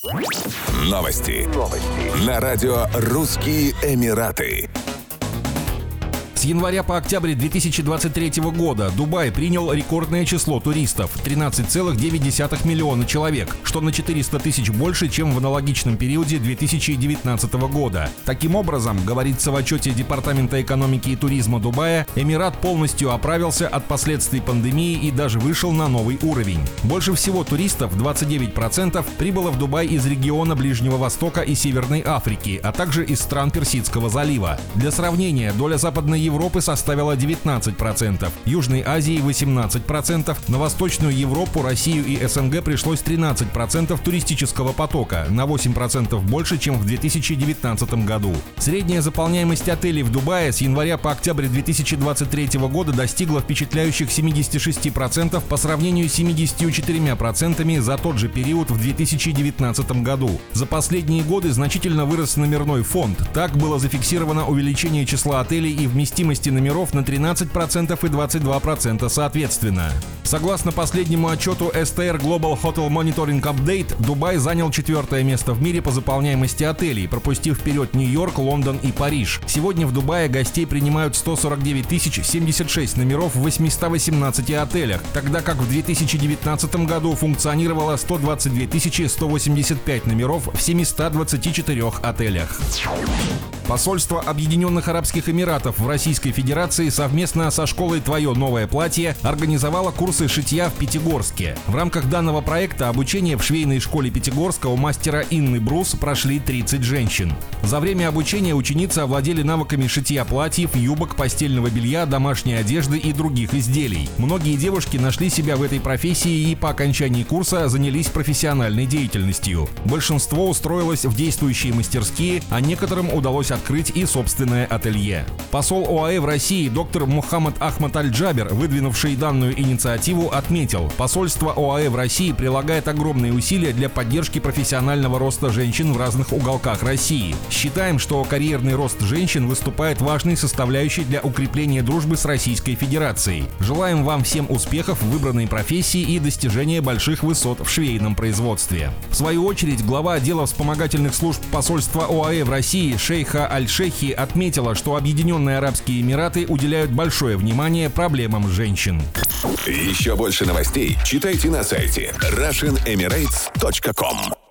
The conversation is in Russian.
Новости. На радио «Русские Эмираты». С января по октябрь 2023 года Дубай принял рекордное число туристов – 13,9 миллиона человек, что на 400 тысяч больше, чем в аналогичном периоде 2019 года. Таким образом, говорится в отчете Департамента экономики и туризма Дубая, Эмират полностью оправился от последствий пандемии и даже вышел на новый уровень. Больше всего туристов, 29%, прибыло в Дубай из региона Ближнего Востока и Северной Африки, а также из стран Персидского залива. Для сравнения, доля Западной Европы составила 19%, Южной Азии 18%, на Восточную Европу, Россию и СНГ пришлось 13% туристического потока, на 8% больше, чем в 2019 году. Средняя заполняемость отелей в Дубае с января по октябрь 2023 года достигла впечатляющих 76% по сравнению с 74% за тот же период в 2019 году. За последние годы значительно вырос номерной фонд. Так было зафиксировано увеличение числа отелей и вместимости номеров на 13% и 22% соответственно. Согласно последнему отчету STR Global Hotel Monitoring Update, Дубай занял 4-е место в мире по заполняемости отелей, пропустив вперед Нью-Йорк, Лондон и Париж. Сегодня в Дубае гостей принимают 149 076 номеров в 818 отелях, тогда как в 2019 году функционировало 122 185 номеров в 724 отелях. Посольство Объединенных Арабских Эмиратов в Российской Федерации совместно со школой «Твое новое платье» организовало курсы шитья в Пятигорске. В рамках данного проекта обучение в швейной школе Пятигорска у мастера Инны Брус прошли 30 женщин. За время обучения ученицы овладели навыками шитья платьев, юбок, постельного белья, домашней одежды и других изделий. Многие девушки нашли себя в этой профессии и по окончании курса занялись профессиональной деятельностью. Большинство устроилось в действующие мастерские, а некоторым удалось открыть и собственное ателье. Посол ОАЭ в России доктор Мухаммад Ахмад Аль-Джабер, выдвинувший данную инициативу, отметил: посольство ОАЭ в России прилагает огромные усилия для поддержки профессионального роста женщин в разных уголках России. Считаем, что карьерный рост женщин выступает важной составляющей для укрепления дружбы с Российской Федерацией. Желаем вам всем успехов в выбранной профессии и достижения больших высот в швейном производстве. В свою очередь, глава отдела вспомогательных служб посольства ОАЭ в России Шейха Аль-Шейхи отметила, что Объединенные Арабские Эмираты уделяют большое внимание проблемам женщин. Еще больше новостей читайте на сайте RussianEmirates.com.